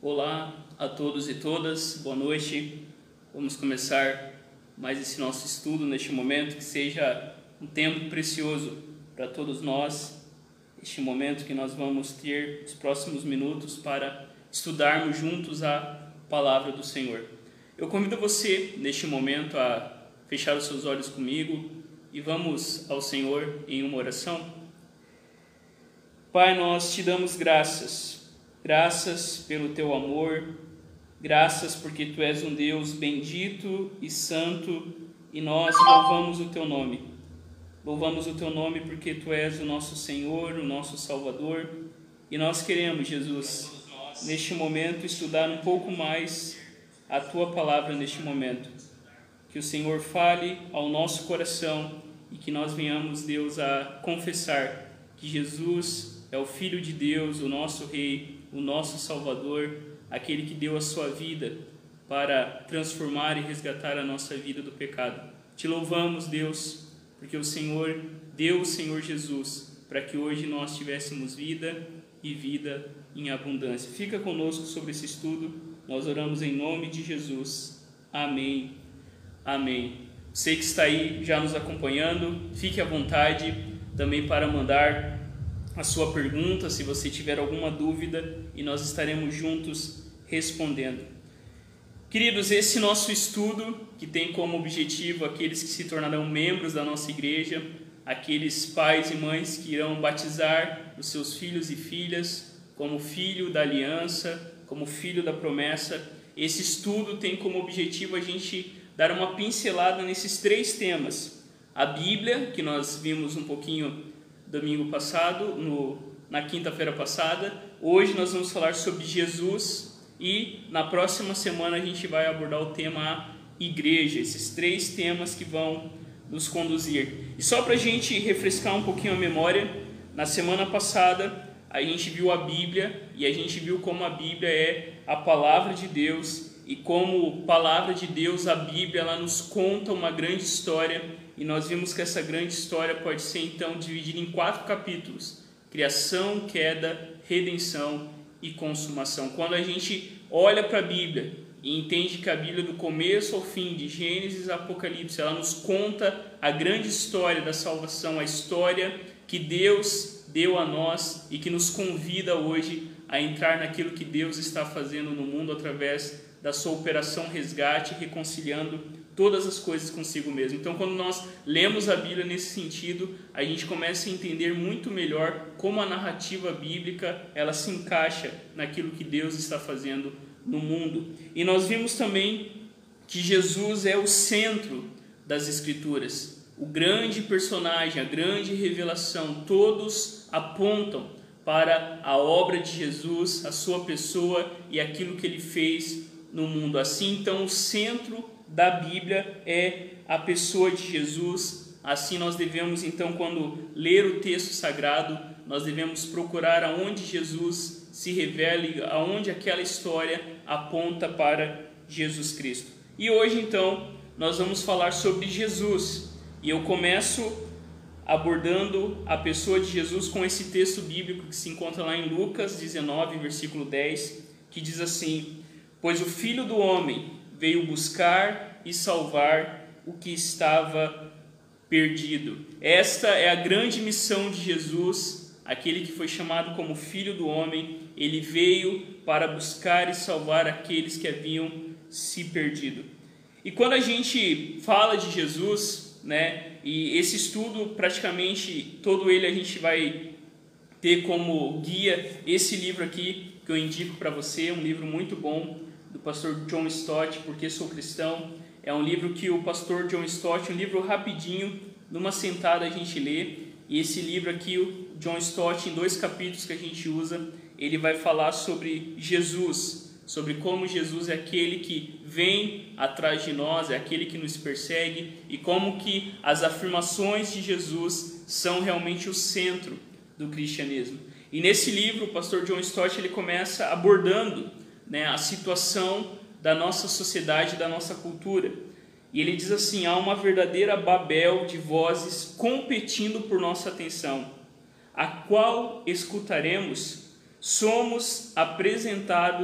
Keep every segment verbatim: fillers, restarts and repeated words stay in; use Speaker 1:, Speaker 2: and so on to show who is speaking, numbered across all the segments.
Speaker 1: Olá a todos e todas, boa noite. Vamos começar mais esse nosso estudo neste momento, que seja um tempo precioso para todos nós, este momento que nós vamos ter os próximos minutos para estudarmos juntos a palavra do Senhor. Eu convido você neste momento a fechar os seus olhos comigo e vamos ao Senhor em uma oração. Pai, nós te damos graças. Graças pelo teu amor, graças porque tu és um Deus bendito e santo e nós louvamos o teu nome. Louvamos o teu nome porque tu és o nosso Senhor, o nosso Salvador e nós queremos, Jesus, neste momento estudar um pouco mais a tua palavra neste momento. Que o Senhor fale ao nosso coração e que nós venhamos, Deus, a confessar que Jesus é o Filho de Deus, o nosso Rei, o nosso Salvador, aquele que deu a sua vida para transformar e resgatar a nossa vida do pecado. Te louvamos, Deus, porque o Senhor deu o Senhor Jesus para que hoje nós tivéssemos vida e vida em abundância. Fica conosco sobre esse estudo, nós oramos em nome de Jesus. Amém. Amém. Você que está aí já nos acompanhando, fique à vontade também para mandar a sua pergunta, se você tiver alguma dúvida, e nós estaremos juntos respondendo. Queridos, esse nosso estudo, que tem como objetivo aqueles que se tornarão membros da nossa igreja, aqueles pais e mães que irão batizar os seus filhos e filhas como filho da aliança, como filho da promessa, esse estudo tem como objetivo a gente dar uma pincelada nesses três temas. A Bíblia, que nós vimos um pouquinho domingo passado, no, na quinta-feira passada. Hoje nós vamos falar sobre Jesus e na próxima semana a gente vai abordar o tema a igreja, esses três temas que vão nos conduzir. E só para a gente refrescar um pouquinho a memória, na semana passada a gente viu a Bíblia e a gente viu como a Bíblia é a palavra de Deus e como palavra de Deus a Bíblia ela nos conta uma grande história. E nós vimos que essa grande história pode ser então dividida em quatro capítulos: criação, queda, redenção e consumação. Quando a gente olha para a Bíblia e entende que a Bíblia do começo ao fim, de Gênesis a Apocalipse, ela nos conta a grande história da salvação, a história que Deus deu a nós e que nos convida hoje a entrar naquilo que Deus está fazendo no mundo através da sua operação resgate, reconciliando todas as coisas consigo mesmo. Então, quando nós lemos a Bíblia nesse sentido, a gente começa a entender muito melhor como a narrativa bíblica ela se encaixa naquilo que Deus está fazendo no mundo. E nós vimos também que Jesus é o centro das Escrituras, o grande personagem, a grande revelação. Todos apontam para a obra de Jesus, a sua pessoa e aquilo que ele fez no mundo. Assim, então, o centro da Bíblia é a pessoa de Jesus. Assim nós devemos, então, quando ler o texto sagrado, nós devemos procurar aonde Jesus se revela, aonde aquela história aponta para Jesus Cristo. E hoje, então, nós vamos falar sobre Jesus. E eu começo abordando a pessoa de Jesus com esse texto bíblico que se encontra lá em Lucas dezenove, versículo dez, que diz assim: pois o Filho do Homem veio buscar e salvar o que estava perdido. Esta é a grande missão de Jesus, aquele que foi chamado como Filho do Homem. Ele veio para buscar e salvar aqueles que haviam se perdido. E quando a gente fala de Jesus, né, e esse estudo praticamente todo ele a gente vai ter como guia esse livro aqui que eu indico para você, um livro muito bom, do pastor John Stott, Porque Sou Cristão. É um livro que o pastor John Stott, um livro rapidinho, numa sentada a gente lê. E esse livro aqui, o John Stott, em dois capítulos que a gente usa, ele vai falar sobre Jesus, sobre como Jesus é aquele que vem atrás de nós, é aquele que nos persegue, e como que as afirmações de Jesus são realmente o centro do cristianismo. E nesse livro, o pastor John Stott, ele começa abordando, né, a situação da nossa sociedade, da nossa cultura. E ele diz assim: há uma verdadeira Babel de vozes competindo por nossa atenção. A qual escutaremos? Somos apresentados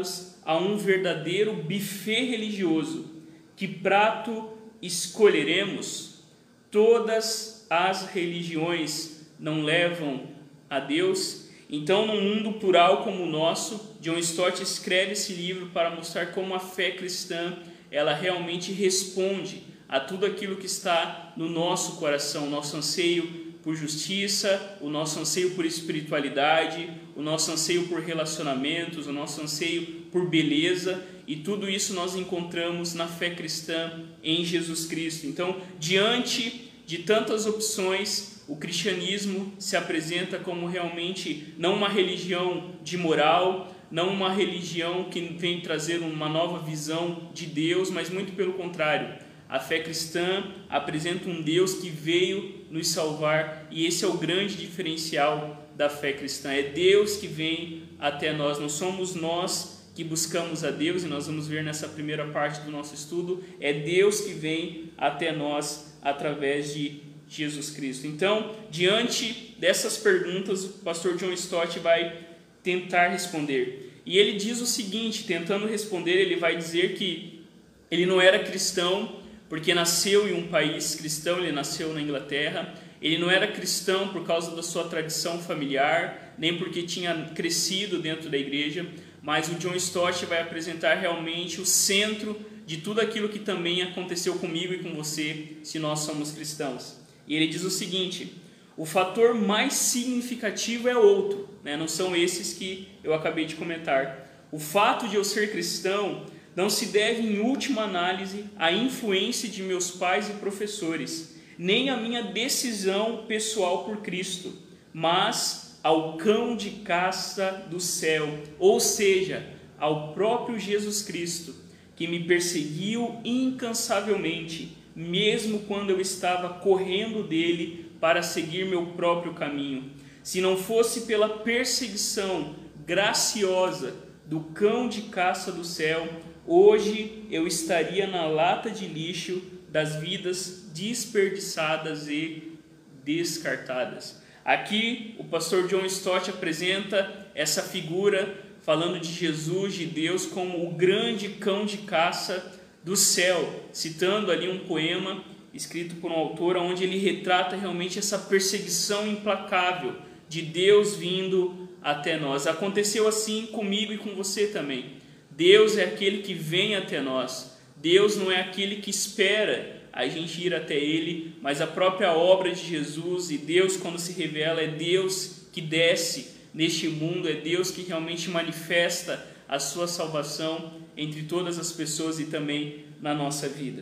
Speaker 1: a um verdadeiro buffet religioso. Que prato escolheremos? Todas as religiões não levam a Deus? Então, num mundo plural como o nosso, John Stott escreve esse livro para mostrar como a fé cristã ela realmente responde a tudo aquilo que está no nosso coração, o nosso anseio por justiça, o nosso anseio por espiritualidade, o nosso anseio por relacionamentos, o nosso anseio por beleza, e tudo isso nós encontramos na fé cristã em Jesus Cristo. Então, diante de tantas opções, o cristianismo se apresenta como realmente não uma religião de moral, não uma religião que vem trazer uma nova visão de Deus, mas muito pelo contrário. A fé cristã apresenta um Deus que veio nos salvar, e esse é o grande diferencial da fé cristã. É Deus que vem até nós, não somos nós que buscamos a Deus, e nós vamos ver nessa primeira parte do nosso estudo, é Deus que vem até nós através de Jesus Cristo. Então, diante dessas perguntas, o pastor John Stott vai tentar responder. E ele diz o seguinte, tentando responder, ele vai dizer que ele não era cristão porque nasceu em um país cristão, ele nasceu na Inglaterra. Ele não era cristão por causa da sua tradição familiar, nem porque tinha crescido dentro da igreja, mas o John Stott vai apresentar realmente o centro de tudo aquilo que também aconteceu comigo e com você, se nós somos cristãos. E ele diz o seguinte: o fator mais significativo é outro, né? Não são esses que eu acabei de comentar. O fato de eu ser cristão não se deve, em última análise, à influência de meus pais e professores, nem à minha decisão pessoal por Cristo, mas ao cão de caça do céu, ou seja, ao próprio Jesus Cristo, que me perseguiu incansavelmente, mesmo quando eu estava correndo dele para seguir meu próprio caminho. Se não fosse pela perseguição graciosa do cão de caça do céu, hoje eu estaria na lata de lixo das vidas desperdiçadas e descartadas. Aqui o pastor John Stott apresenta essa figura falando de Jesus, de Deus, como o grande cão de caça do céu, citando ali um poema escrito por um autor onde ele retrata realmente essa perseguição implacável de Deus vindo até nós. Aconteceu assim comigo e com você também. Deus é aquele que vem até nós. Deus não é aquele que espera a gente ir até Ele, mas a própria obra de Jesus, e Deus, quando se revela, é Deus que desce neste mundo, é Deus que realmente manifesta a sua salvação entre todas as pessoas e também na nossa vida.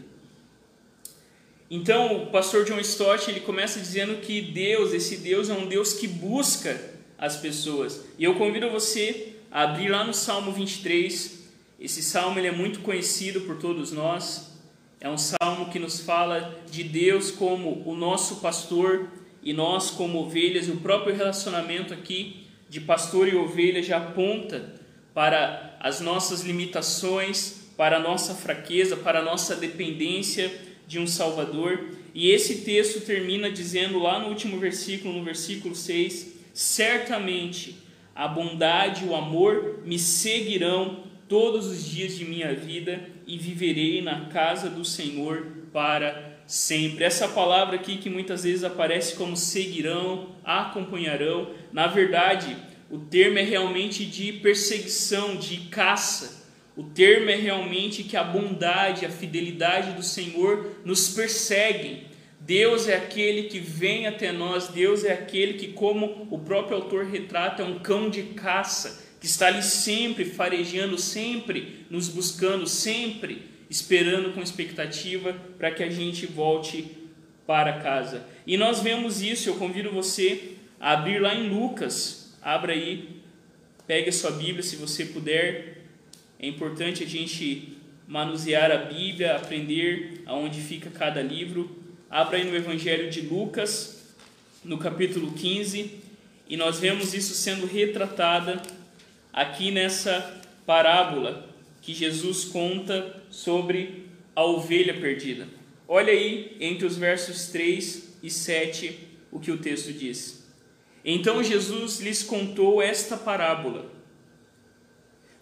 Speaker 1: Então, o pastor John Stott, ele começa dizendo que Deus, esse Deus é um Deus que busca as pessoas. E eu convido você a abrir lá no Salmo vinte e três. Esse salmo ele é muito conhecido por todos nós. É um salmo que nos fala de Deus como o nosso pastor e nós como ovelhas. E o próprio relacionamento aqui de pastor e ovelha já aponta para as nossas limitações, para a nossa fraqueza, para a nossa dependência de um Salvador. E esse texto termina dizendo lá no último versículo, no versículo seis, certamente a bondade e o amor me seguirão todos os dias de minha vida e viverei na casa do Senhor para sempre. Essa palavra aqui que muitas vezes aparece como seguirão, acompanharão, na verdade o termo é realmente de perseguição, de caça. O termo é realmente que a bondade, a fidelidade do Senhor nos perseguem. Deus é aquele que vem até nós, Deus é aquele que, como o próprio autor retrata, é um cão de caça, que está ali sempre farejando, sempre nos buscando, sempre esperando com expectativa para que a gente volte para casa. E nós vemos isso, eu convido você a abrir lá em Lucas, abra aí, pegue a sua Bíblia se você puder. É importante a gente manusear a Bíblia, aprender aonde fica cada livro. Abra aí no Evangelho de Lucas, no capítulo quinze, e nós vemos isso sendo retratada aqui nessa parábola que Jesus conta sobre a ovelha perdida. Olha aí entre os versos três e sete o que o texto diz. Então Jesus lhes contou esta parábola.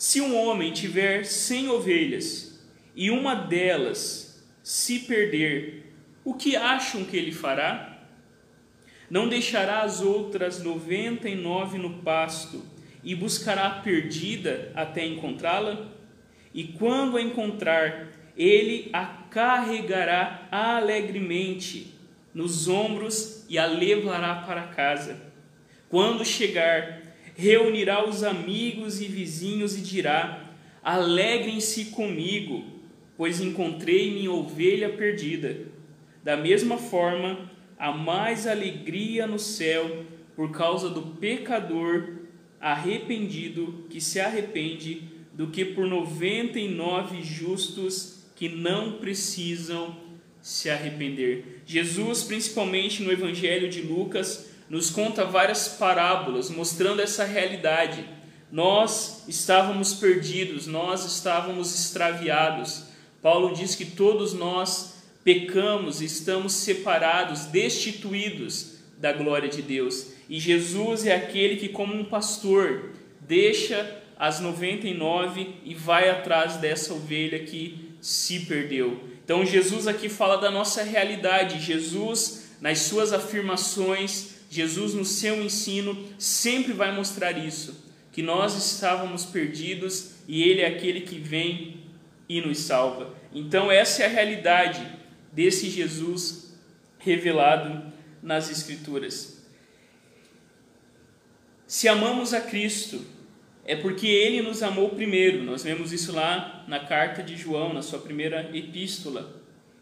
Speaker 1: Se um homem tiver cem ovelhas e uma delas se perder, o que acham que ele fará? Não deixará as outras noventa e nove no pasto e buscará a perdida até encontrá-la? E quando a encontrar, ele a carregará alegremente nos ombros e a levará para casa. Quando chegar, reunirá os amigos e vizinhos e dirá: alegrem-se comigo, pois encontrei minha ovelha perdida. Da mesma forma, há mais alegria no céu por causa do pecador arrependido que se arrepende, do que por noventa e nove justos que não precisam se arrepender. Jesus, principalmente no Evangelho de Lucas, nos conta várias parábolas mostrando essa realidade. Nós estávamos perdidos, nós estávamos extraviados. Paulo diz que todos nós pecamos, estamos separados, destituídos da glória de Deus. E Jesus é aquele que, como um pastor, deixa as noventa e nove e vai atrás dessa ovelha que se perdeu. Então Jesus aqui fala da nossa realidade. Jesus, nas suas afirmações, Jesus no seu ensino, sempre vai mostrar isso, que nós estávamos perdidos e Ele é aquele que vem e nos salva. Então essa é a realidade desse Jesus revelado nas Escrituras. Se amamos a Cristo, é porque Ele nos amou primeiro. Nós vemos isso lá na carta de João, na sua primeira epístola.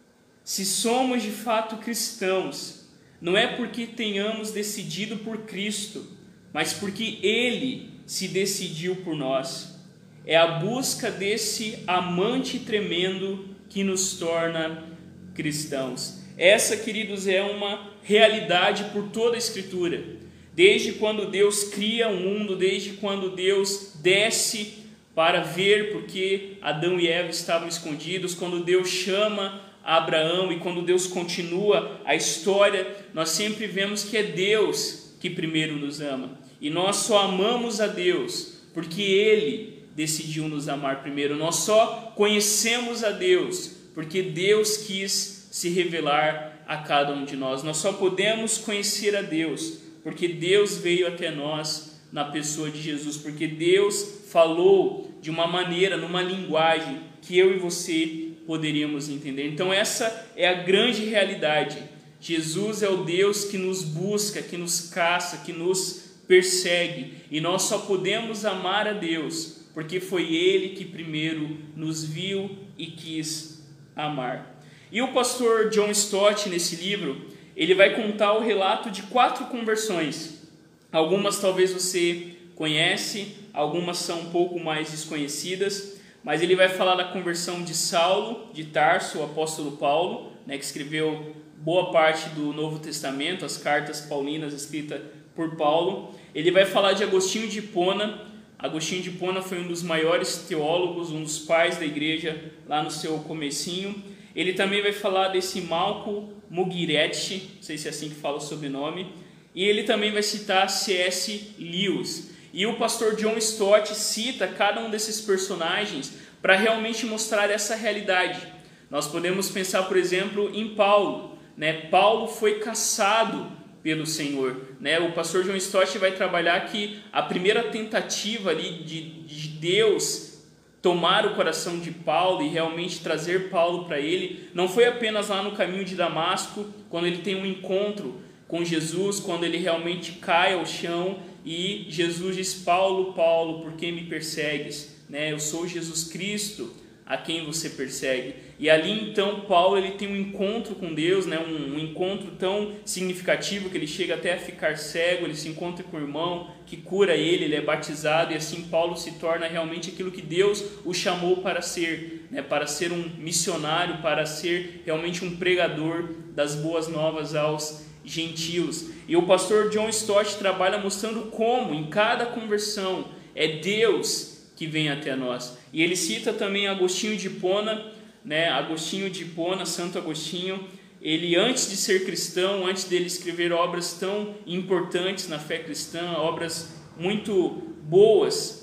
Speaker 1: Se somos de fato cristãos, não é porque tenhamos decidido por Cristo, mas porque Ele se decidiu por nós. É a busca desse amante tremendo que nos torna cristãos. Essa, queridos, é uma realidade por toda a Escritura. Desde quando Deus cria o mundo, desde quando Deus desce para ver porque Adão e Eva estavam escondidos, quando Deus chama Abraão e quando Deus continua a história, nós sempre vemos que é Deus que primeiro nos ama. E nós só amamos a Deus porque Ele decidiu nos amar primeiro. Nós só conhecemos a Deus porque Deus quis se revelar a cada um de nós. Nós só podemos conhecer a Deus porque Deus veio até nós na pessoa de Jesus, porque Deus falou de uma maneira, numa linguagem que eu e você poderíamos entender. Então essa é a grande realidade. Jesus é o Deus que nos busca, que nos caça, que nos persegue, e nós só podemos amar a Deus porque foi Ele que primeiro nos viu e quis amar. E o pastor John Stott, nesse livro, ele vai contar o relato de quatro conversões. Algumas talvez você conhece, algumas são um pouco mais desconhecidas, mas ele vai falar da conversão de Saulo de Tarso, o apóstolo Paulo, né, que escreveu boa parte do Novo Testamento, as cartas paulinas escritas por Paulo. Ele vai falar de Agostinho de Hipona. Agostinho de Hipona foi um dos maiores teólogos, um dos pais da igreja lá no seu comecinho. Ele também vai falar desse Malcolm Muggeridge, não sei se é assim que fala o sobrenome, e ele também vai citar C S Lewis. E o pastor John Stott cita cada um desses personagens para realmente mostrar essa realidade. Nós podemos pensar, por exemplo, em Paulo, né? Paulo foi caçado pelo Senhor, né? O pastor John Stott vai trabalhar que a primeira tentativa ali de, de Deus tomar o coração de Paulo e realmente trazer Paulo para ele, não foi apenas lá no caminho de Damasco, quando ele tem um encontro com Jesus, quando ele realmente cai ao chão e Jesus diz: Paulo, Paulo, por que me persegues? Né? Eu sou Jesus Cristo, a quem você persegue. E ali então Paulo ele tem um encontro com Deus, né? um, um encontro tão significativo que ele chega até a ficar cego. Ele se encontra com o irmão que cura ele, ele é batizado, e assim Paulo se torna realmente aquilo que Deus o chamou para ser, né? Para ser um missionário, para ser realmente um pregador das boas novas aos gentios. E o pastor John Stott trabalha mostrando como em cada conversão é Deus que vem até nós. E ele cita também Agostinho de Hipona, né? Agostinho de Hipona, Santo Agostinho, ele antes de ser cristão, antes dele escrever obras tão importantes na fé cristã, obras muito boas,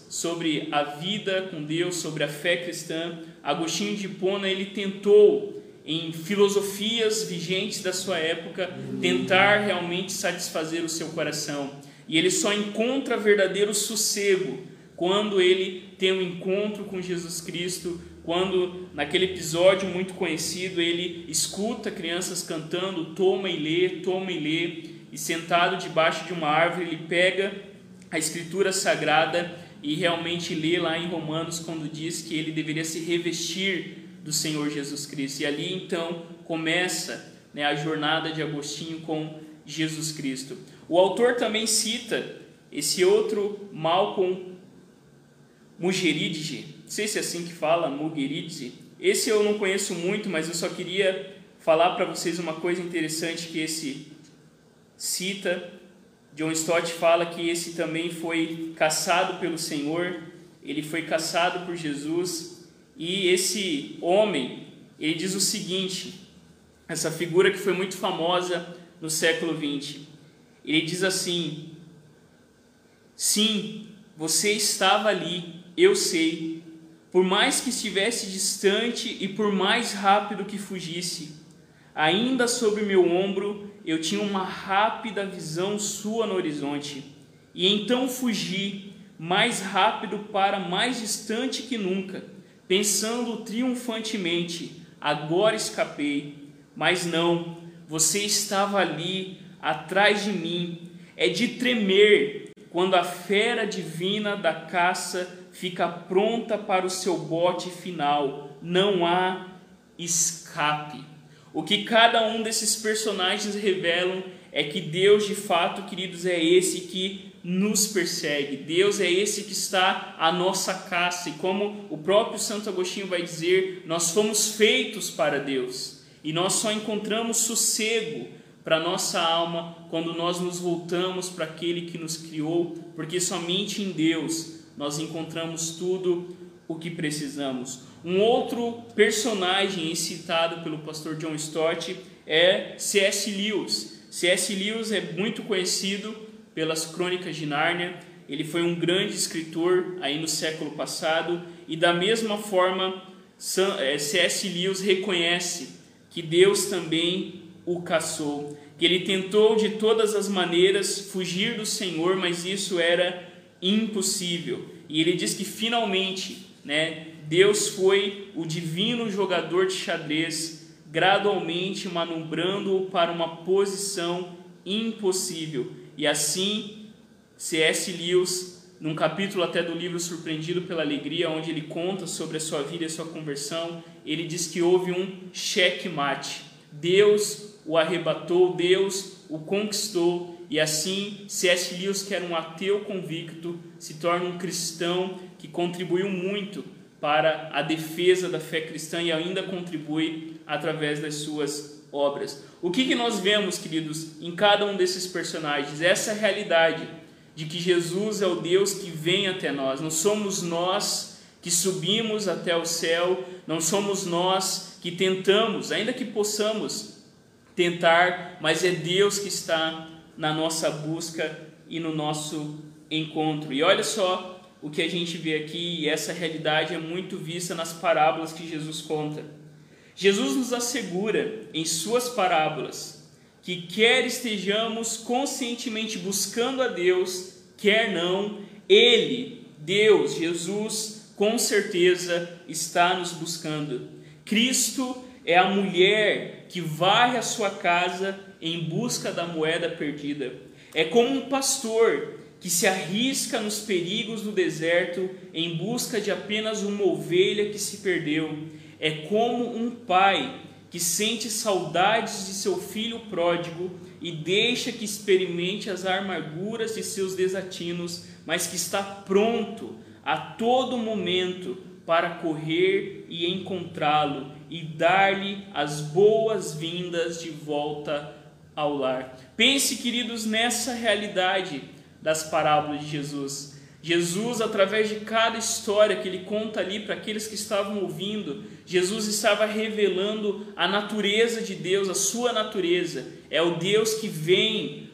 Speaker 1: sobre a vida com Deus, sobre a fé cristã, Agostinho de Hipona ele tentou, em filosofias vigentes da sua época, tentar realmente satisfazer o seu coração. E ele só encontra verdadeiro sossego quando ele tem um encontro com Jesus Cristo, quando, naquele episódio muito conhecido, ele escuta crianças cantando, toma e lê, toma e lê, e sentado debaixo de uma árvore, ele pega a Escritura Sagrada e realmente lê lá em Romanos, quando diz que ele deveria se revestir do Senhor Jesus Cristo. E ali, então, começa, né, a jornada de Agostinho com Jesus Cristo. O autor também cita esse outro Malcolm Muggeridge, não sei se é assim que fala, Muggeridge. Esse eu não conheço muito, mas eu só queria falar para vocês uma coisa interessante que esse cita. John Stott fala que esse também foi caçado pelo Senhor, ele foi caçado por Jesus, e esse homem, ele diz o seguinte, essa figura que foi muito famosa no século vinte, ele diz assim: sim, você estava ali, eu sei, por mais que estivesse distante e por mais rápido que fugisse, ainda sobre meu ombro eu tinha uma rápida visão sua no horizonte, e então fugi mais rápido para mais distante que nunca, pensando triunfantemente, agora escapei, mas não, você estava ali, atrás de mim. É de tremer quando a fera divina da caça fica pronta para o seu bote final, não há escape. O que cada um desses personagens revelam é que Deus, de fato, queridos, é esse que nos persegue. Deus é esse que está à nossa caça. E como o próprio Santo Agostinho vai dizer, nós fomos feitos para Deus. E nós só encontramos sossego para a nossa alma quando nós nos voltamos para aquele que nos criou, porque somente em Deus nós encontramos tudo o que precisamos. Um outro personagem citado pelo pastor John Stott é C S Lewis. C S Lewis é muito conhecido pelas Crônicas de Nárnia. Ele foi um grande escritor aí no século passado, e da mesma forma C S Lewis reconhece que Deus também o caçou, que ele tentou de todas as maneiras fugir do Senhor, mas isso era impossível. E ele diz que finalmente, né, Deus foi o divino jogador de xadrez, gradualmente manobrando-o para uma posição impossível. E assim, C S Lewis, num capítulo até do livro Surpreendido pela Alegria, onde ele conta sobre a sua vida e a sua conversão, ele diz que houve um checkmate. Deus o arrebatou, Deus o conquistou, e assim C S Lewis, que era um ateu convicto, se torna um cristão que contribuiu muito para a defesa da fé cristã e ainda contribui através das suas obras. O que, que nós vemos, queridos, em cada um desses personagens? Essa realidade de que Jesus é o Deus que vem até nós. Não somos nós que subimos até o céu, não somos nós que tentamos, ainda que possamos tentar, mas é Deus que está na nossa busca e no nosso encontro. E olha só o que a gente vê aqui, e essa realidade é muito vista nas parábolas que Jesus conta. Jesus nos assegura em suas parábolas que quer estejamos conscientemente buscando a Deus, quer não, Ele, Deus, Jesus, com certeza está nos buscando. Cristo é a mulher que varre a sua casa em busca da moeda perdida. É como um pastor que se arrisca nos perigos do deserto em busca de apenas uma ovelha que se perdeu. É como um pai que sente saudades de seu filho pródigo e deixa que experimente as amarguras de seus desatinos, mas que está pronto a todo momento para correr e encontrá-lo e dar-lhe as boas-vindas de volta ao lar. Pense, queridos, nessa realidade das parábolas de Jesus. Jesus, através de cada história que ele conta ali para aqueles que estavam ouvindo, Jesus estava revelando a natureza de Deus, a sua natureza. É o Deus que vem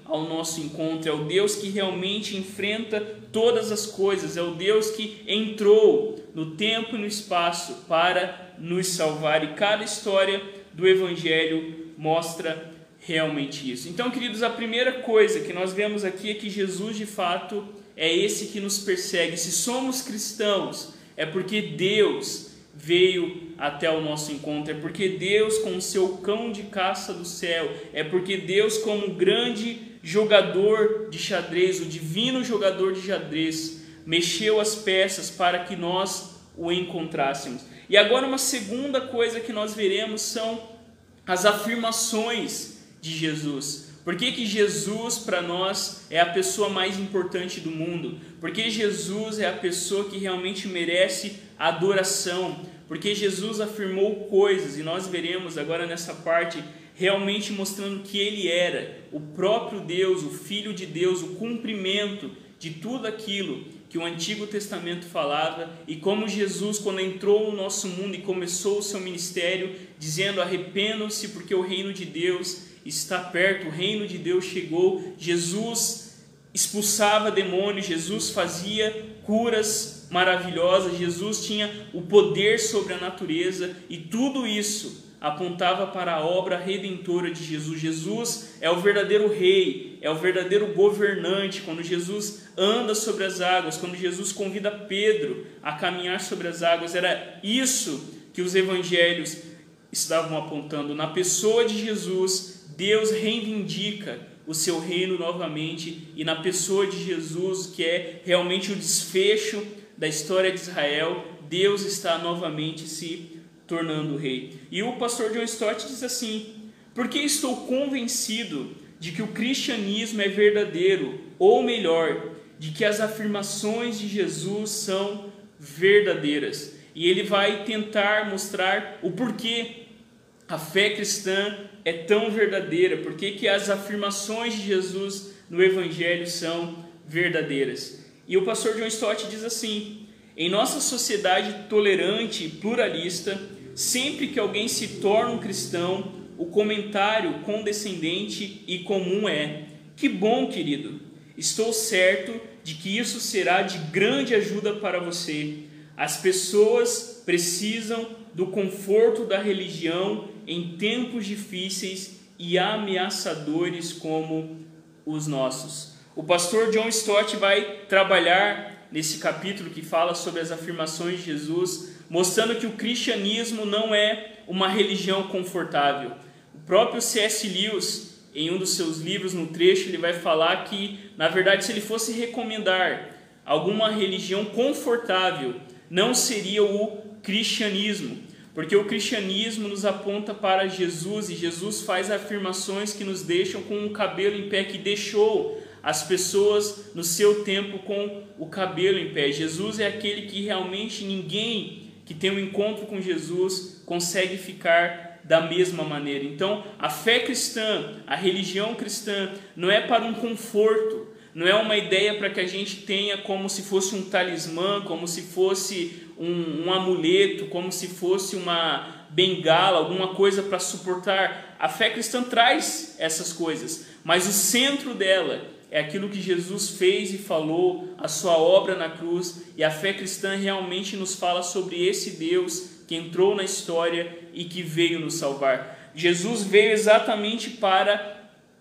Speaker 1: ao nosso encontro, é o Deus que realmente enfrenta todas as coisas, é o Deus que entrou no tempo e no espaço para nos salvar, e cada história do Evangelho mostra realmente isso. Então, queridos, a primeira coisa que nós vemos aqui é que Jesus, de fato, é esse que nos persegue. Se somos cristãos, é porque Deus veio até o nosso encontro, é porque Deus, com o seu cão de caça do céu, é porque Deus, como grande jogador de xadrez, o divino jogador de xadrez, mexeu as peças para que nós o encontrássemos. E agora uma segunda coisa que nós veremos são as afirmações de Jesus. Por que que Jesus para nós é a pessoa mais importante do mundo? Porque Jesus é a pessoa que realmente merece adoração. Porque Jesus afirmou coisas, e nós veremos agora nessa parte, realmente mostrando que Ele era o próprio Deus, o Filho de Deus, o cumprimento de tudo aquilo que o Antigo Testamento falava, e como Jesus, quando entrou no nosso mundo e começou o seu ministério, dizendo: arrependam-se porque o reino de Deus está perto, o reino de Deus chegou. Jesus expulsava demônios, Jesus fazia curas maravilhosas, Jesus tinha o poder sobre a natureza, e tudo isso apontava para a obra redentora de Jesus. Jesus é o verdadeiro rei, é o verdadeiro governante. Quando Jesus anda sobre as águas, quando Jesus convida Pedro a caminhar sobre as águas, era isso que os evangelhos estavam apontando. Na pessoa de Jesus, Deus reivindica o seu reino novamente, e na pessoa de Jesus, que é realmente o desfecho da história de Israel, Deus está novamente se tornando rei. E o pastor John Stott diz assim: porque estou convencido de que o cristianismo é verdadeiro, ou melhor, de que as afirmações de Jesus são verdadeiras. E ele vai tentar mostrar o porquê a fé cristã é tão verdadeira, porque que as afirmações de Jesus no Evangelho são verdadeiras. E o pastor John Stott diz assim: em nossa sociedade tolerante e pluralista, sempre que alguém se torna um cristão, o comentário condescendente e comum é: que bom, querido, estou certo de que isso será de grande ajuda para você. As pessoas precisam do conforto da religião em tempos difíceis e ameaçadores como os nossos. O pastor John Stott vai trabalhar nesse capítulo que fala sobre as afirmações de Jesus, mostrando que o cristianismo não é uma religião confortável. O próprio C S Lewis, em um dos seus livros, no trecho, ele vai falar que, na verdade, se ele fosse recomendar alguma religião confortável, não seria o cristianismo, porque o cristianismo nos aponta para Jesus, e Jesus faz afirmações que nos deixam com o cabelo em pé, que deixou as pessoas no seu tempo com o cabelo em pé. Jesus é aquele que realmente ninguém que tem um encontro com Jesus consegue ficar da mesma maneira. Então, a fé cristã, a religião cristã, não é para um conforto, não é uma ideia para que a gente tenha como se fosse um talismã, como se fosse um, um amuleto, como se fosse uma bengala, alguma coisa para suportar. A fé cristã traz essas coisas, mas o centro dela é aquilo que Jesus fez e falou, a sua obra na cruz, e a fé cristã realmente nos fala sobre esse Deus que entrou na história e que veio nos salvar. Jesus veio exatamente para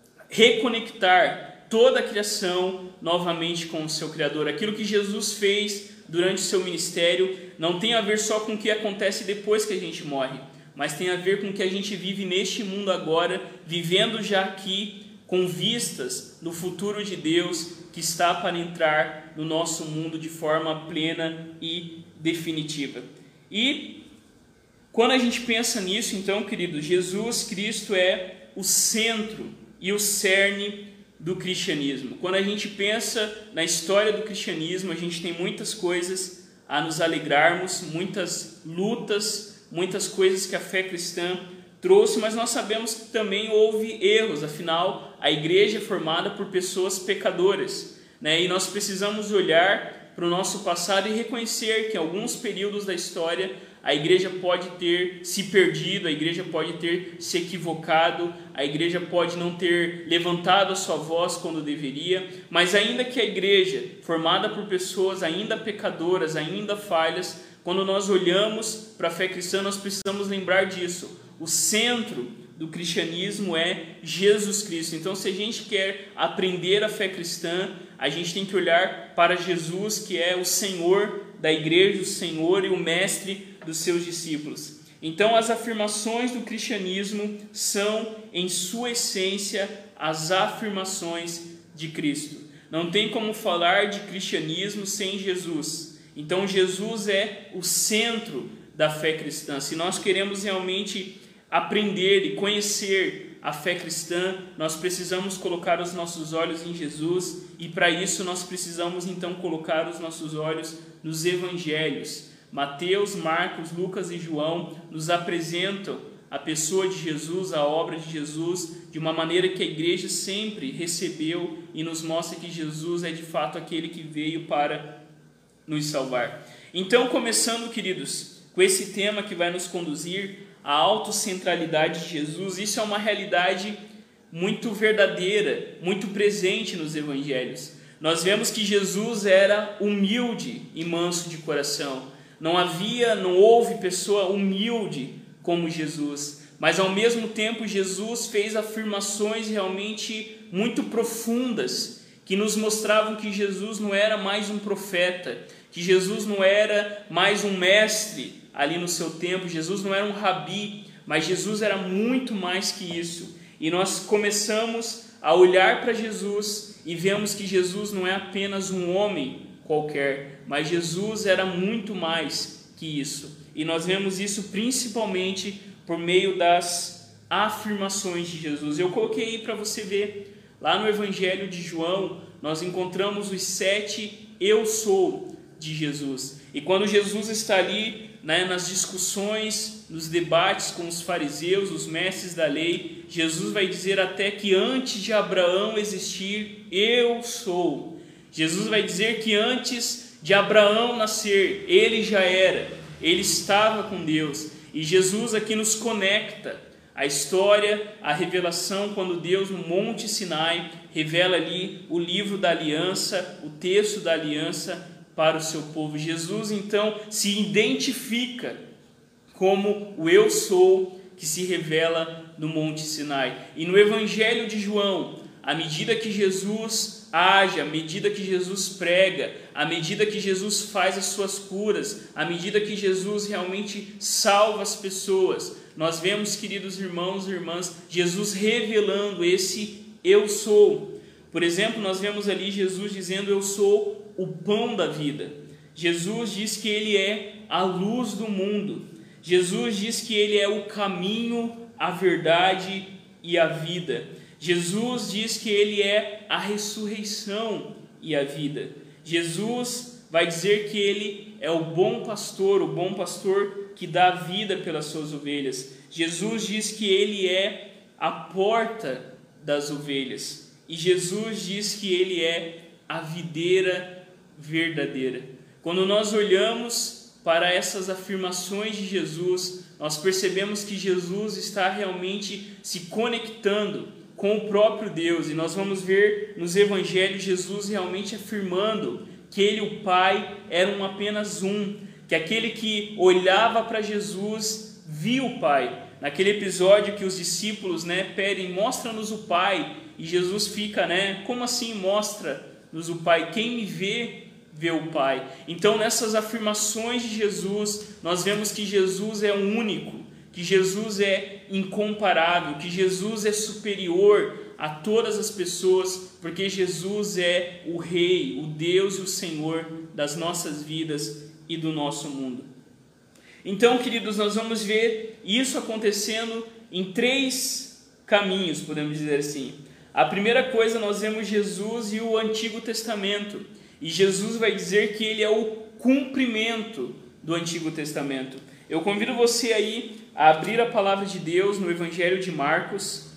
Speaker 1: reconectar toda a criação novamente com o seu Criador. Aquilo que Jesus fez durante o seu ministério não tem a ver só com o que acontece depois que a gente morre, mas tem a ver com o que a gente vive neste mundo agora, vivendo já aqui, com vistas no futuro de Deus que está para entrar no nosso mundo de forma plena e definitiva. E quando a gente pensa nisso, então, queridos, Jesus Cristo é o centro e o cerne do cristianismo. Quando a gente pensa na história do cristianismo, a gente tem muitas coisas a nos alegrarmos, muitas lutas, muitas coisas que a fé cristã trouxe, mas nós sabemos que também houve erros. Afinal, a igreja é formada por pessoas pecadoras, né? E nós precisamos olhar para o nosso passado e reconhecer que em alguns períodos da história a igreja pode ter se perdido, a igreja pode ter se equivocado, a igreja pode não ter levantado a sua voz quando deveria, mas ainda que a igreja, formada por pessoas ainda pecadoras, ainda falhas, quando nós olhamos para a fé cristã, nós precisamos lembrar disso. O centro do cristianismo é Jesus Cristo. Então, se a gente quer aprender a fé cristã, a gente tem que olhar para Jesus, que é o Senhor da igreja, o Senhor e o mestre dos seus discípulos. Então, as afirmações do cristianismo são, em sua essência, as afirmações de Cristo. Não tem como falar de cristianismo sem Jesus. Então, Jesus é o centro da fé cristã. Se nós queremos realmente aprender e conhecer a fé cristã, nós precisamos colocar os nossos olhos em Jesus, e para isso nós precisamos então colocar os nossos olhos nos evangelhos. Mateus, Marcos, Lucas e João nos apresentam a pessoa de Jesus, a obra de Jesus, de uma maneira que a igreja sempre recebeu e nos mostra que Jesus é de fato aquele que veio para nos salvar. Então, começando, queridos, com esse tema que vai nos conduzir à autocentralidade de Jesus, isso é uma realidade muito verdadeira, muito presente nos evangelhos. Nós vemos que Jesus era humilde e manso de coração. Não havia, não houve pessoa humilde como Jesus, mas ao mesmo tempo Jesus fez afirmações realmente muito profundas, que nos mostravam que Jesus não era mais um profeta, que Jesus não era mais um mestre ali no seu tempo, Jesus não era um rabi, mas Jesus era muito mais que isso. E nós começamos a olhar para Jesus e vemos que Jesus não é apenas um homem qualquer, mas Jesus era muito mais que isso. E nós vemos isso principalmente por meio das afirmações de Jesus. Eu coloquei aí para você ver, lá no Evangelho de João, nós encontramos os sete eu sou de Jesus. E quando Jesus está ali, né, nas discussões, nos debates com os fariseus, os mestres da lei, Jesus vai dizer até que antes de Abraão existir, eu sou. Jesus vai dizer que antes de Abraão nascer, ele já era, ele estava com Deus. E Jesus aqui nos conecta a história, a revelação, quando Deus no Monte Sinai revela ali o livro da aliança, o texto da aliança para o seu povo. Jesus então se identifica como o eu sou que se revela no Monte Sinai. E no Evangelho de João, à medida que Jesus age, à medida que Jesus prega, à medida que Jesus faz as suas curas, à medida que Jesus realmente salva as pessoas, nós vemos, queridos irmãos e irmãs, Jesus revelando esse eu sou. Por exemplo, nós vemos ali Jesus dizendo: eu sou o pão da vida. Jesus diz que ele é a luz do mundo. Jesus diz que ele é o caminho, a verdade e a vida. Jesus diz que ele é a ressurreição e a vida. Jesus vai dizer que ele é o bom pastor, o bom pastor que dá vida pelas suas ovelhas. Jesus diz que ele é a porta das ovelhas. E Jesus diz que ele é a videira verdadeira. Quando nós olhamos para essas afirmações de Jesus, nós percebemos que Jesus está realmente se conectando com o próprio Deus, e nós vamos ver nos evangelhos Jesus realmente afirmando que ele, o Pai, era um apenas um, que aquele que olhava para Jesus viu o Pai. Naquele episódio que os discípulos, né, pedem: mostra-nos o Pai, e Jesus fica, né, como assim mostra-nos o Pai? Quem me vê, vê o Pai. Então, nessas afirmações de Jesus, nós vemos que Jesus é único, que Jesus é incomparável, que Jesus é superior a todas as pessoas, porque Jesus é o Rei, o Deus e o Senhor das nossas vidas e do nosso mundo. Então, queridos, nós vamos ver isso acontecendo em três caminhos, podemos dizer assim. A primeira coisa, nós vemos Jesus e o Antigo Testamento, e Jesus vai dizer que ele é o cumprimento do Antigo Testamento. Eu convido você aí a abrir a palavra de Deus no Evangelho de Marcos,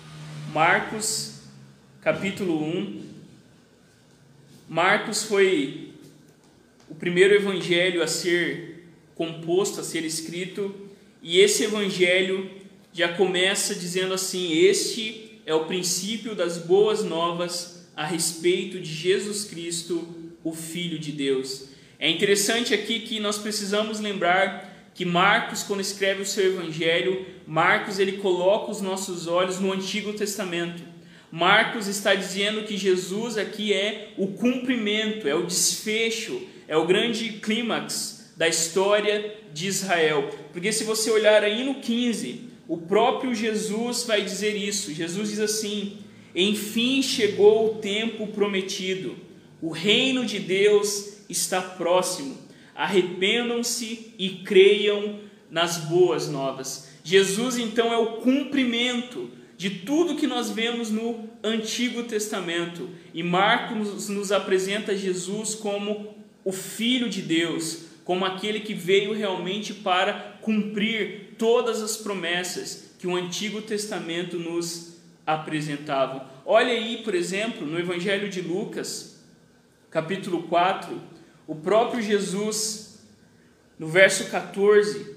Speaker 1: Marcos capítulo um. Marcos foi o primeiro evangelho a ser composto, a ser escrito, e esse evangelho já começa dizendo assim: este é o princípio das boas novas a respeito de Jesus Cristo, o Filho de Deus. É interessante aqui que nós precisamos lembrar que Marcos, quando escreve o seu evangelho, Marcos ele coloca os nossos olhos no Antigo Testamento. Marcos está dizendo que Jesus aqui é o cumprimento, é o desfecho, é o grande clímax da história de Israel. Porque se você olhar aí no quinze, o próprio Jesus vai dizer isso. Jesus diz assim: enfim chegou o tempo prometido, o reino de Deus está próximo, arrependam-se e creiam nas boas novas. Jesus então é o cumprimento de tudo que nós vemos no Antigo Testamento, e Marcos nos apresenta Jesus como o Filho de Deus, como aquele que veio realmente para cumprir todas as promessas que o Antigo Testamento nos apresentava. Olha aí, por exemplo, no Evangelho de Lucas, capítulo quatro, o próprio Jesus, no verso quatorze,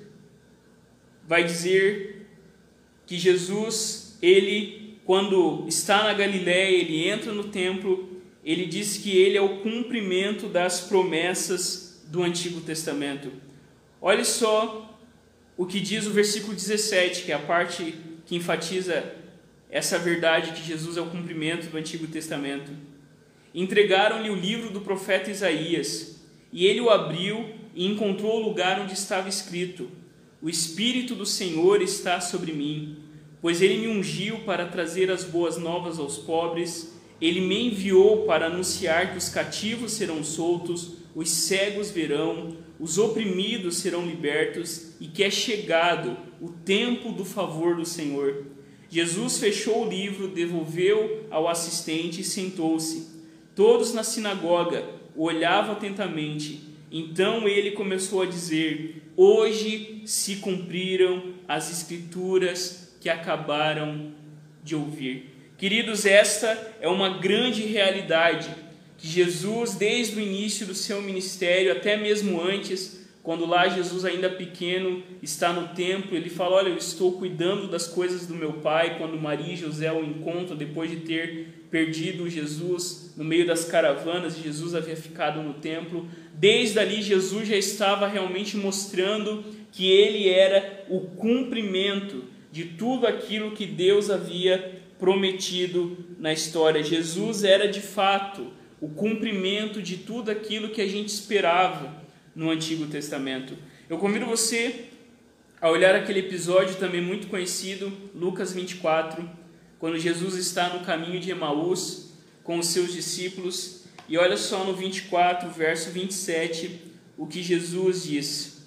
Speaker 1: vai dizer que Jesus, ele, quando está na Galiléia, ele entra no templo, ele diz que ele é o cumprimento das promessas do Antigo Testamento. Olha só o que diz o versículo dezessete, que é a parte que enfatiza essa verdade que Jesus é o cumprimento do Antigo Testamento. Entregaram-lhe o livro do profeta Isaías, e ele o abriu e encontrou o lugar onde estava escrito: o Espírito do Senhor está sobre mim, pois ele me ungiu para trazer as boas novas aos pobres, ele me enviou para anunciar que os cativos serão soltos, os cegos verão, os oprimidos serão libertos, e que é chegado o tempo do favor do Senhor. Jesus fechou o livro, devolveu ao assistente e sentou-se. Todos na sinagoga o olhavam atentamente. Então ele começou a dizer: hoje se cumpriram as escrituras que acabaram de ouvir. Queridos, esta é uma grande realidade que Jesus, desde o início do seu ministério, até mesmo antes, quando lá Jesus ainda pequeno está no templo, ele fala: olha, eu estou cuidando das coisas do meu pai. Quando Maria e José o encontram depois de ter perdido Jesus no meio das caravanas, e Jesus havia ficado no templo, desde ali Jesus já estava realmente mostrando que ele era o cumprimento de tudo aquilo que Deus havia prometido na história. Jesus era de fato o cumprimento de tudo aquilo que a gente esperava no Antigo Testamento. Eu convido você a olhar aquele episódio também muito conhecido, Lucas vinte e quatro, quando Jesus está no caminho de Emaús com os seus discípulos, e olha só no vinte e quatro, verso vinte e sete, o que Jesus diz.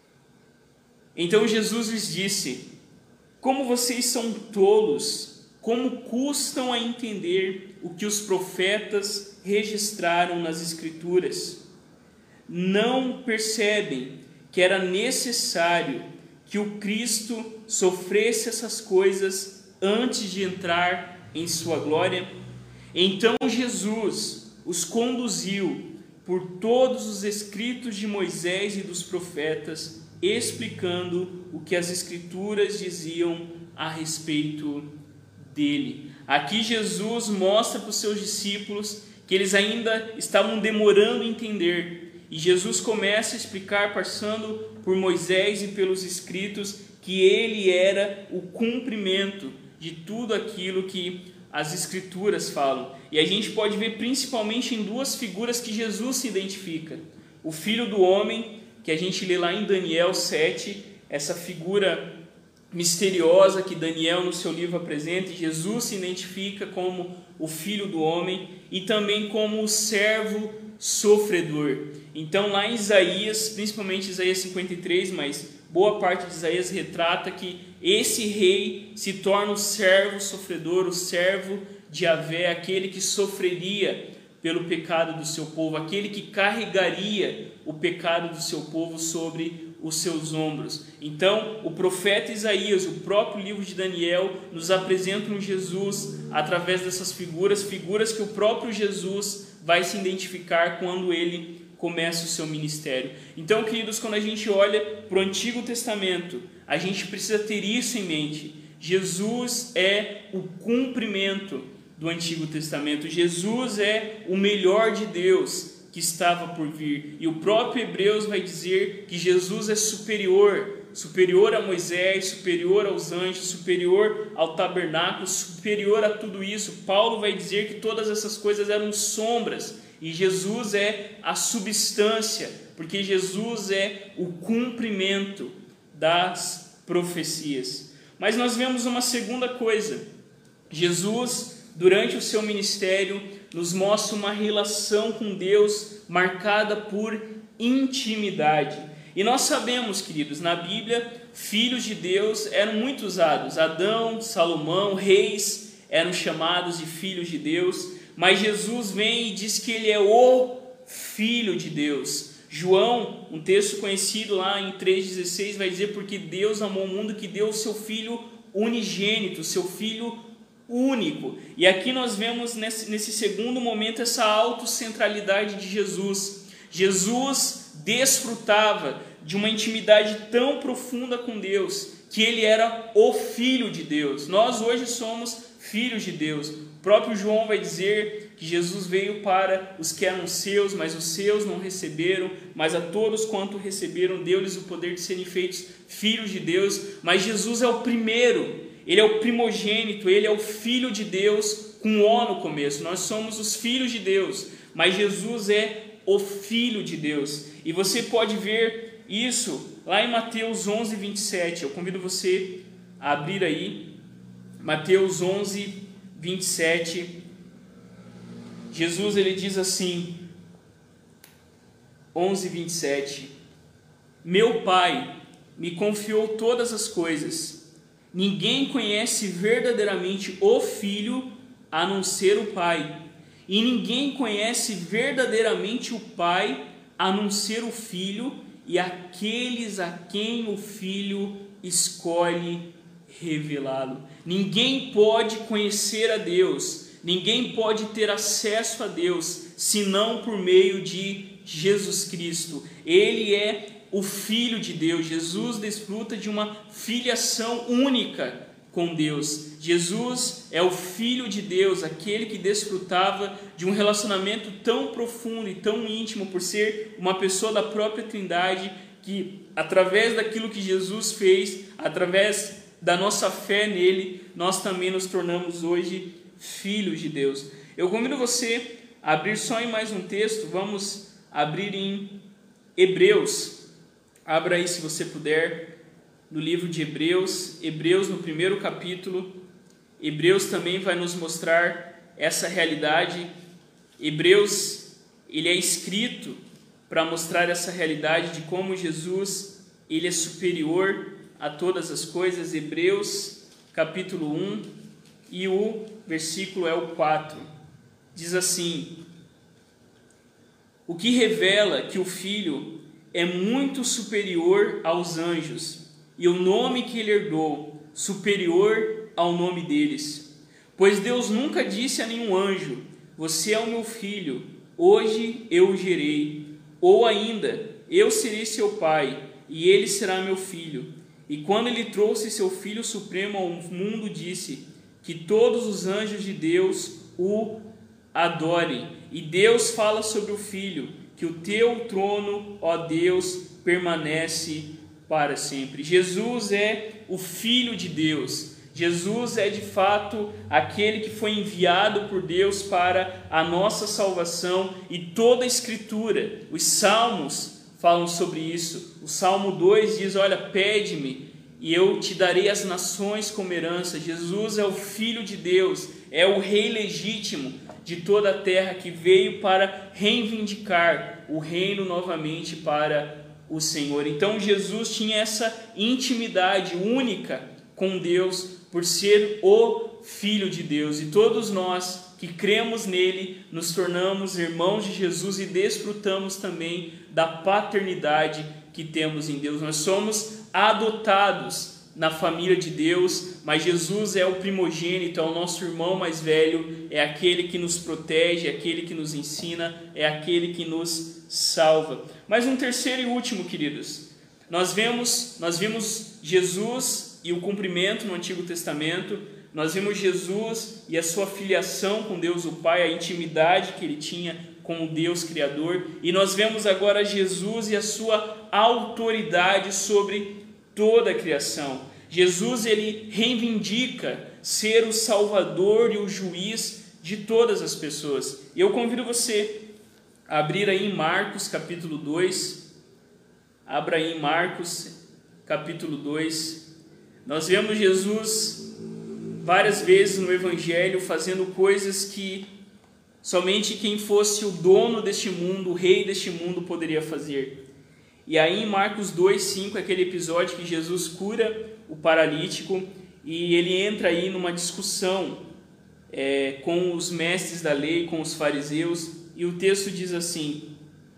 Speaker 1: Então Jesus lhes disse: como vocês são tolos, como custam a entender o que os profetas registraram nas Escrituras? Não percebem que era necessário que o Cristo sofresse essas coisas antes de entrar em sua glória? Então Jesus os conduziu por todos os escritos de Moisés e dos profetas, explicando o que as Escrituras diziam a respeito dele. Aqui Jesus mostra para os seus discípulos que eles ainda estavam demorando a entender, e Jesus começa a explicar, passando por Moisés e pelos escritos, que ele era o cumprimento de tudo aquilo que as Escrituras falam. E a gente pode ver principalmente em duas figuras que Jesus se identifica: o Filho do Homem, que a gente lê lá em Daniel sete, essa figura misteriosa que Daniel no seu livro apresenta, e Jesus se identifica como o Filho do Homem, e também como o servo sofredor. Então lá em Isaías, principalmente Isaías cinquenta e três, mas boa parte de Isaías retrata que esse rei se torna o servo sofredor, o servo de Yahvé, aquele que sofreria pelo pecado do seu povo, aquele que carregaria o pecado do seu povo sobre os seus ombros. Então, o profeta Isaías, o próprio livro de Daniel, nos apresenta um Jesus através dessas figuras, figuras que o próprio Jesus vai se identificar quando ele começa o seu ministério. Então, queridos, quando a gente olha para o Antigo Testamento, a gente precisa ter isso em mente. Jesus é o cumprimento do Antigo Testamento. Jesus é o melhor de Deus que estava por vir. E o próprio Hebreus vai dizer que Jesus é superior, superior a Moisés, superior aos anjos, superior ao tabernáculo, superior a tudo isso. Paulo vai dizer que todas essas coisas eram sombras, e Jesus é a substância, porque Jesus é o cumprimento das profecias. Mas nós vemos uma segunda coisa. Jesus, durante o seu ministério, nos mostra uma relação com Deus marcada por intimidade. E nós sabemos, queridos, na Bíblia, filhos de Deus eram muito usados. Adão, Salomão, reis eram chamados de filhos de Deus. Mas Jesus vem e diz que ele é o Filho de Deus. João, um texto conhecido lá em três dezesseis, vai dizer: porque Deus amou o mundo que deu o seu Filho unigênito, seu Filho único. E aqui nós vemos nesse, nesse segundo momento essa autocentralidade de Jesus. Jesus desfrutava de uma intimidade tão profunda com Deus, que ele era o Filho de Deus. Nós hoje somos filhos de Deus. O próprio João vai dizer que Jesus veio para os que eram seus, mas os seus não receberam, mas a todos quanto receberam, deu-lhes o poder de serem feitos filhos de Deus. Mas Jesus é o primeiro, ele é o primogênito, ele é o Filho de Deus com O no começo. Nós somos os filhos de Deus, mas Jesus é o Filho de Deus. E você pode ver isso lá em Mateus onze, vinte e sete. Eu convido você a abrir aí, Mateus onze, vinte e sete. Jesus, ele diz assim, onze, vinte e sete: meu Pai me confiou todas as coisas. Ninguém conhece verdadeiramente o Filho a não ser o Pai, e ninguém conhece verdadeiramente o Pai a não ser o Filho e aqueles a quem o Filho escolhe revelá-lo. Ninguém pode conhecer a Deus, ninguém pode ter acesso a Deus, senão por meio de Jesus Cristo. Ele é o Filho de Deus. Jesus desfruta de uma filiação única com Deus. Jesus é o Filho de Deus, aquele que desfrutava de um relacionamento tão profundo e tão íntimo, por ser uma pessoa da própria Trindade, que através daquilo que Jesus fez, através da nossa fé nele, nós também nos tornamos hoje filhos de Deus. Eu convido você a abrir só em mais um texto. Vamos abrir em Hebreus. Abra aí, se você puder, no livro de Hebreus, Hebreus no primeiro capítulo. Hebreus também vai nos mostrar essa realidade. Hebreus, ele é escrito para mostrar essa realidade de como Jesus, ele é superior a todas as coisas. Hebreus capítulo um, e o versículo é o quatro. Diz assim: o que revela que o Filho é muito superior aos anjos, e o nome que ele herdou superior ao nome deles. Pois Deus nunca disse a nenhum anjo: você é o meu filho, hoje eu o gerei. Ou ainda, eu serei seu pai, e ele será meu filho. E quando ele trouxe seu Filho Supremo ao mundo, disse que todos os anjos de Deus o adorem. E Deus fala sobre o Filho, que o teu trono, ó Deus, permanece para sempre. Jesus é o Filho de Deus. Jesus é de fato aquele que foi enviado por Deus para a nossa salvação, e toda a Escritura, os Salmos falam sobre isso. O Salmo dois diz: olha, pede-me e eu te darei as nações como herança. Jesus é o Filho de Deus, é o Rei legítimo de toda a terra, que veio para reivindicar o reino novamente para o Senhor. Então Jesus tinha essa intimidade única com Deus, por ser o Filho de Deus. E todos nós que cremos nele, nos tornamos irmãos de Jesus e desfrutamos também da paternidade que temos em Deus. Nós somos adotados na família de Deus, mas Jesus é o primogênito, é o nosso irmão mais velho, é aquele que nos protege, é aquele que nos ensina, é aquele que nos salva. Mas um terceiro e último, queridos, nós vemos, nós vimos Jesus e o cumprimento no Antigo Testamento, nós vimos Jesus e a sua filiação com Deus o Pai, a intimidade que ele tinha com o Deus Criador, e nós vemos agora Jesus e a sua autoridade sobre toda a criação. Jesus, ele reivindica ser o Salvador e o juiz de todas as pessoas. E eu convido você a abrir aí em Marcos capítulo dois, abra aí em Marcos capítulo dois, nós vemos Jesus várias vezes no Evangelho fazendo coisas que somente quem fosse o dono deste mundo, o rei deste mundo, poderia fazer. E aí em Marcos dois, cinco, é aquele episódio que Jesus cura o paralítico e ele entra aí numa discussão é, com os mestres da lei, com os fariseus, e o texto diz assim: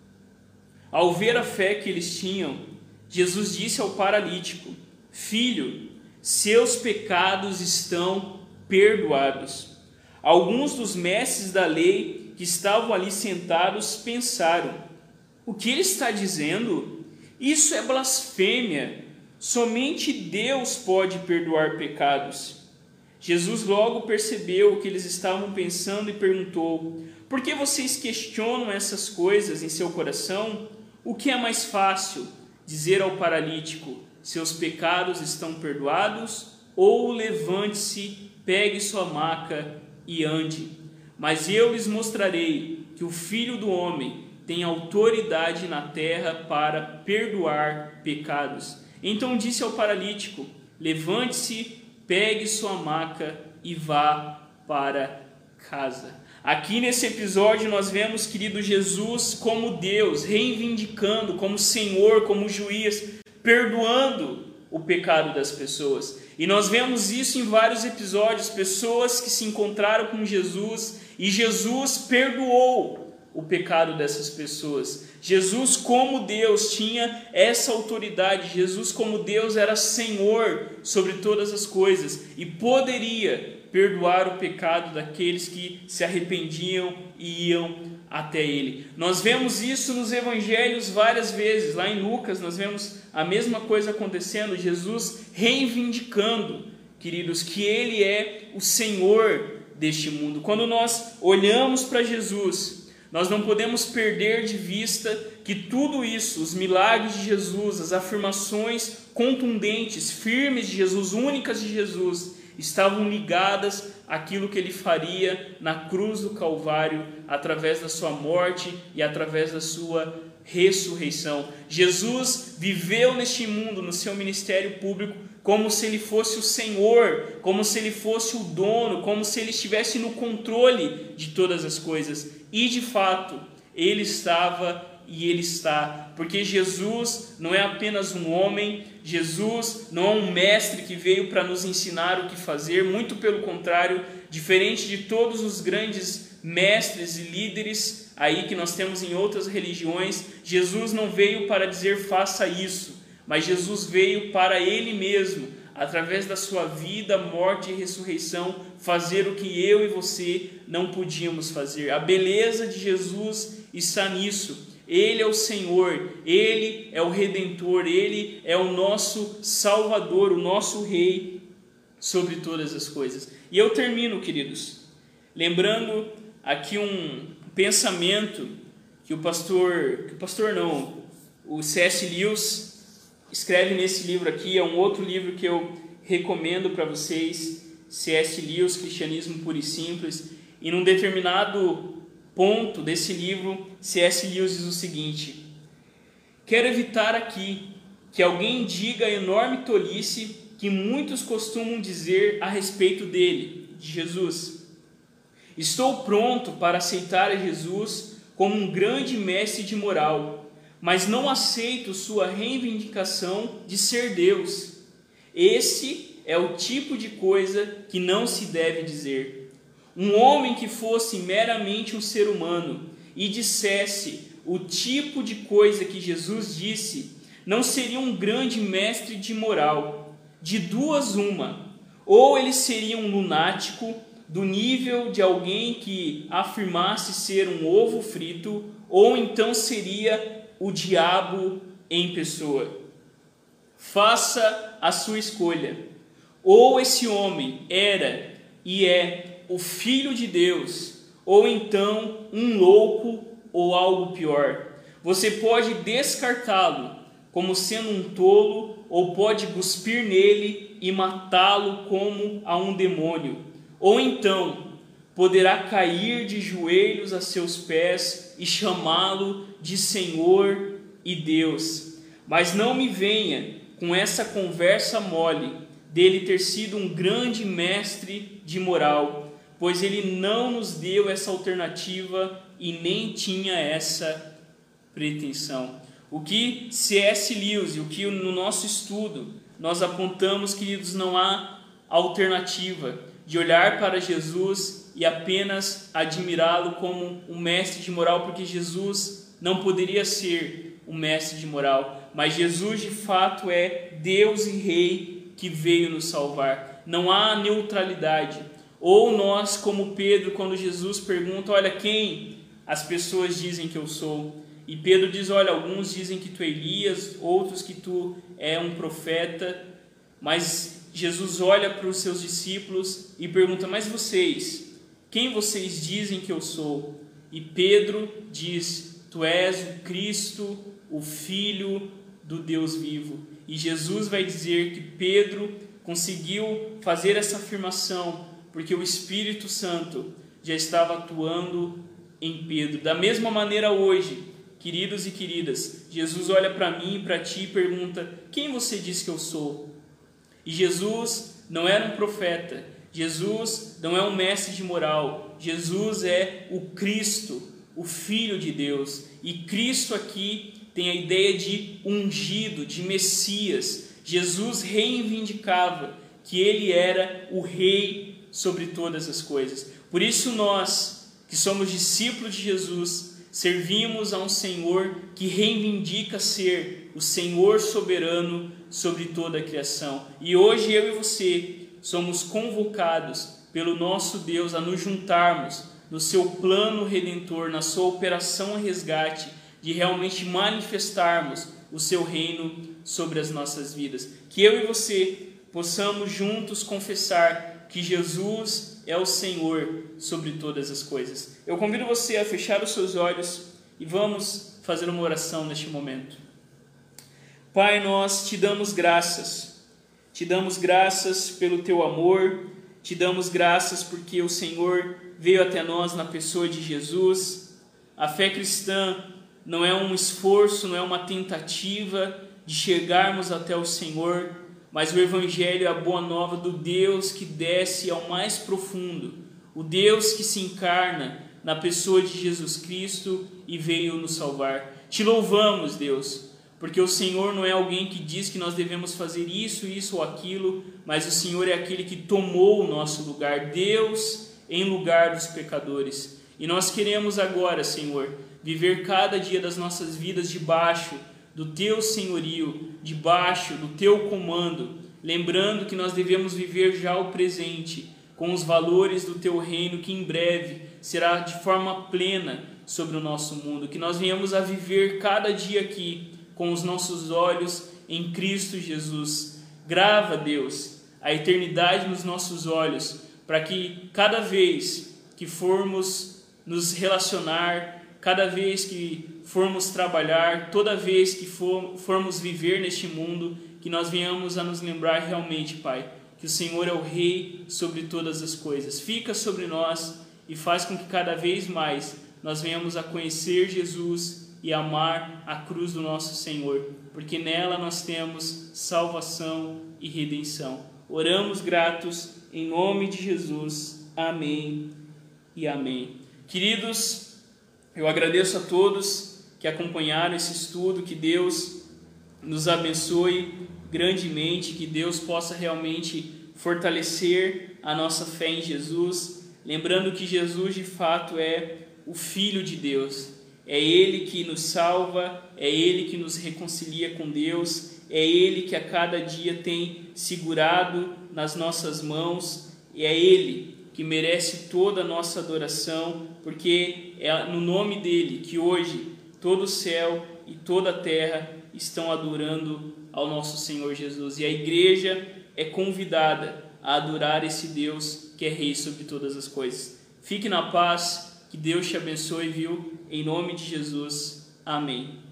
Speaker 1: ao ver a fé que eles tinham, Jesus disse ao paralítico: filho, seus pecados estão perdoados. Alguns dos mestres da lei que estavam ali sentados pensaram: o que ele está dizendo? Isso é blasfêmia. Somente Deus pode perdoar pecados. Jesus logo percebeu o que eles estavam pensando e perguntou: por que vocês questionam essas coisas em seu coração? O que é mais fácil, dizer ao paralítico: seus pecados estão perdoados, ou levante-se, pegue sua maca e ande? Mas eu lhes mostrarei que o Filho do Homem tem autoridade na terra para perdoar pecados. Então disse ao paralítico: levante-se, pegue sua maca e vá para casa. Aqui nesse episódio nós vemos, querido, Jesus como Deus, reivindicando como Senhor, como juiz, perdoando o pecado das pessoas. E nós vemos isso em vários episódios, pessoas que se encontraram com Jesus e Jesus perdoou o pecado dessas pessoas. Jesus como Deus tinha essa autoridade, Jesus como Deus era Senhor sobre todas as coisas e poderia perdoar o pecado daqueles que se arrependiam e iam até Ele. Nós vemos isso nos evangelhos várias vezes. Lá em Lucas nós vemos a mesma coisa acontecendo, Jesus reivindicando, queridos, que Ele é o Senhor deste mundo. Quando nós olhamos para Jesus, nós não podemos perder de vista que tudo isso, os milagres de Jesus, as afirmações contundentes, firmes de Jesus, únicas de Jesus, estavam ligadas àquilo que Ele faria na cruz do Calvário, através da sua morte e através da sua ressurreição. Jesus viveu neste mundo, no seu ministério público, como se Ele fosse o Senhor, como se Ele fosse o dono, como se Ele estivesse no controle de todas as coisas. E de fato, Ele estava e Ele está, porque Jesus não é apenas um homem, Jesus não é um mestre que veio para nos ensinar o que fazer, muito pelo contrário, diferente de todos os grandes mestres e líderes aí que nós temos em outras religiões, Jesus não veio para dizer faça isso, mas Jesus veio para Ele mesmo, através da sua vida, morte e ressurreição, fazer o que eu e você não podíamos fazer. A beleza de Jesus está nisso. Ele é o Senhor, Ele é o Redentor, Ele é o nosso Salvador, o nosso Rei sobre todas as coisas. E eu termino, queridos, lembrando aqui um pensamento que o pastor, que o pastor não, o C S Lewis escreve nesse livro aqui. É um outro livro que eu recomendo para vocês, C S Lewis, Cristianismo Puro e Simples, e num determinado ponto desse livro, C S Lewis diz o seguinte: quero evitar aqui que alguém diga a enorme tolice que muitos costumam dizer a respeito dele, de Jesus. Estou pronto para aceitar a Jesus como um grande mestre de moral, mas não aceito sua reivindicação de ser Deus. Esse é o tipo de coisa que não se deve dizer. Um homem que fosse meramente um ser humano e dissesse o tipo de coisa que Jesus disse, não seria um grande mestre de moral. de duas uma, ou ele seria um lunático do nível de alguém que afirmasse ser um ovo frito, ou então seria o diabo em pessoa. Faça a sua escolha. Ou esse homem era e é o Filho de Deus, ou então um louco ou algo pior. Você pode descartá-lo como sendo um tolo, ou pode cuspir nele e matá-lo como a um demônio. Ou então poderá cair de joelhos a seus pés e chamá-lo de Senhor e Deus. Mas não me venha com essa conversa mole dele ter sido um grande mestre de moral, pois ele não nos deu essa alternativa e nem tinha essa pretensão. O que C S Lewis e o que no nosso estudo nós apontamos, queridos, não há alternativa de olhar para Jesus e apenas admirá-lo como um mestre de moral, porque Jesus não poderia ser um mestre de moral, mas Jesus de fato é Deus e Rei que veio nos salvar. Não há neutralidade. Ou nós, como Pedro, quando Jesus pergunta, olha, quem as pessoas dizem que eu sou? E Pedro diz, olha, alguns dizem que tu é Elias, outros que tu é um profeta. Mas Jesus olha para os seus discípulos e pergunta, mas vocês, quem vocês dizem que eu sou? E Pedro diz, tu és o Cristo, o Filho do Deus vivo. E Jesus vai dizer que Pedro conseguiu fazer essa afirmação porque o Espírito Santo já estava atuando em Pedro. Da mesma maneira hoje, queridos e queridas, Jesus olha para mim e para ti e pergunta, quem você diz que eu sou? E Jesus não era um profeta, Jesus não é um mestre de moral, Jesus é o Cristo, o Filho de Deus. E Cristo aqui tem a ideia de ungido, de Messias. Jesus reivindicava que ele era o Rei sobre todas as coisas. Por isso nós, que somos discípulos de Jesus, servimos a um Senhor que reivindica ser o Senhor soberano sobre toda a criação. E hoje eu e você somos convocados pelo nosso Deus a nos juntarmos no seu plano redentor, na sua operação resgate, de realmente manifestarmos o seu reino sobre as nossas vidas. Que eu e você possamos juntos confessar que Jesus é o Senhor sobre todas as coisas. Eu convido você a fechar os seus olhos e vamos fazer uma oração neste momento. Pai, nós te damos graças, te damos graças pelo teu amor, te damos graças porque o Senhor veio até nós na pessoa de Jesus. A fé cristã não é um esforço, não é uma tentativa de chegarmos até o Senhor, mas o Evangelho é a boa nova do Deus que desce ao mais profundo, o Deus que se encarna na pessoa de Jesus Cristo e veio nos salvar. Te louvamos, Deus, porque o Senhor não é alguém que diz que nós devemos fazer isso, isso ou aquilo, mas o Senhor é aquele que tomou o nosso lugar, Deus em lugar dos pecadores. E nós queremos agora, Senhor, viver cada dia das nossas vidas debaixo do teu senhorio, debaixo do teu comando, lembrando que nós devemos viver já o presente, com os valores do teu reino, que em breve será de forma plena sobre o nosso mundo, que nós venhamos a viver cada dia aqui, com os nossos olhos em Cristo Jesus. Grava, Deus, a eternidade nos nossos olhos, para que cada vez que formos nos relacionar, cada vez que formos trabalhar, toda vez que for, formos viver neste mundo, que nós venhamos a nos lembrar realmente, Pai, que o Senhor é o Rei sobre todas as coisas. Fica sobre nós e faz com que cada vez mais nós venhamos a conhecer Jesus e amar a cruz do nosso Senhor, porque nela nós temos salvação e redenção. Oramos gratos em nome de Jesus. Amém e amém. Queridos, eu agradeço a todos que acompanharam esse estudo, que Deus nos abençoe grandemente, que Deus possa realmente fortalecer a nossa fé em Jesus, lembrando que Jesus de fato é o Filho de Deus. É Ele que nos salva, é Ele que nos reconcilia com Deus, é Ele que a cada dia tem segurado nas nossas mãos, e é Ele que merece toda a nossa adoração, porque é no nome dEle que hoje todo o céu e toda a terra estão adorando ao nosso Senhor Jesus. E a igreja é convidada a adorar esse Deus que é Rei sobre todas as coisas. Fique na paz, que Deus te abençoe, viu? Em nome de Jesus. Amém.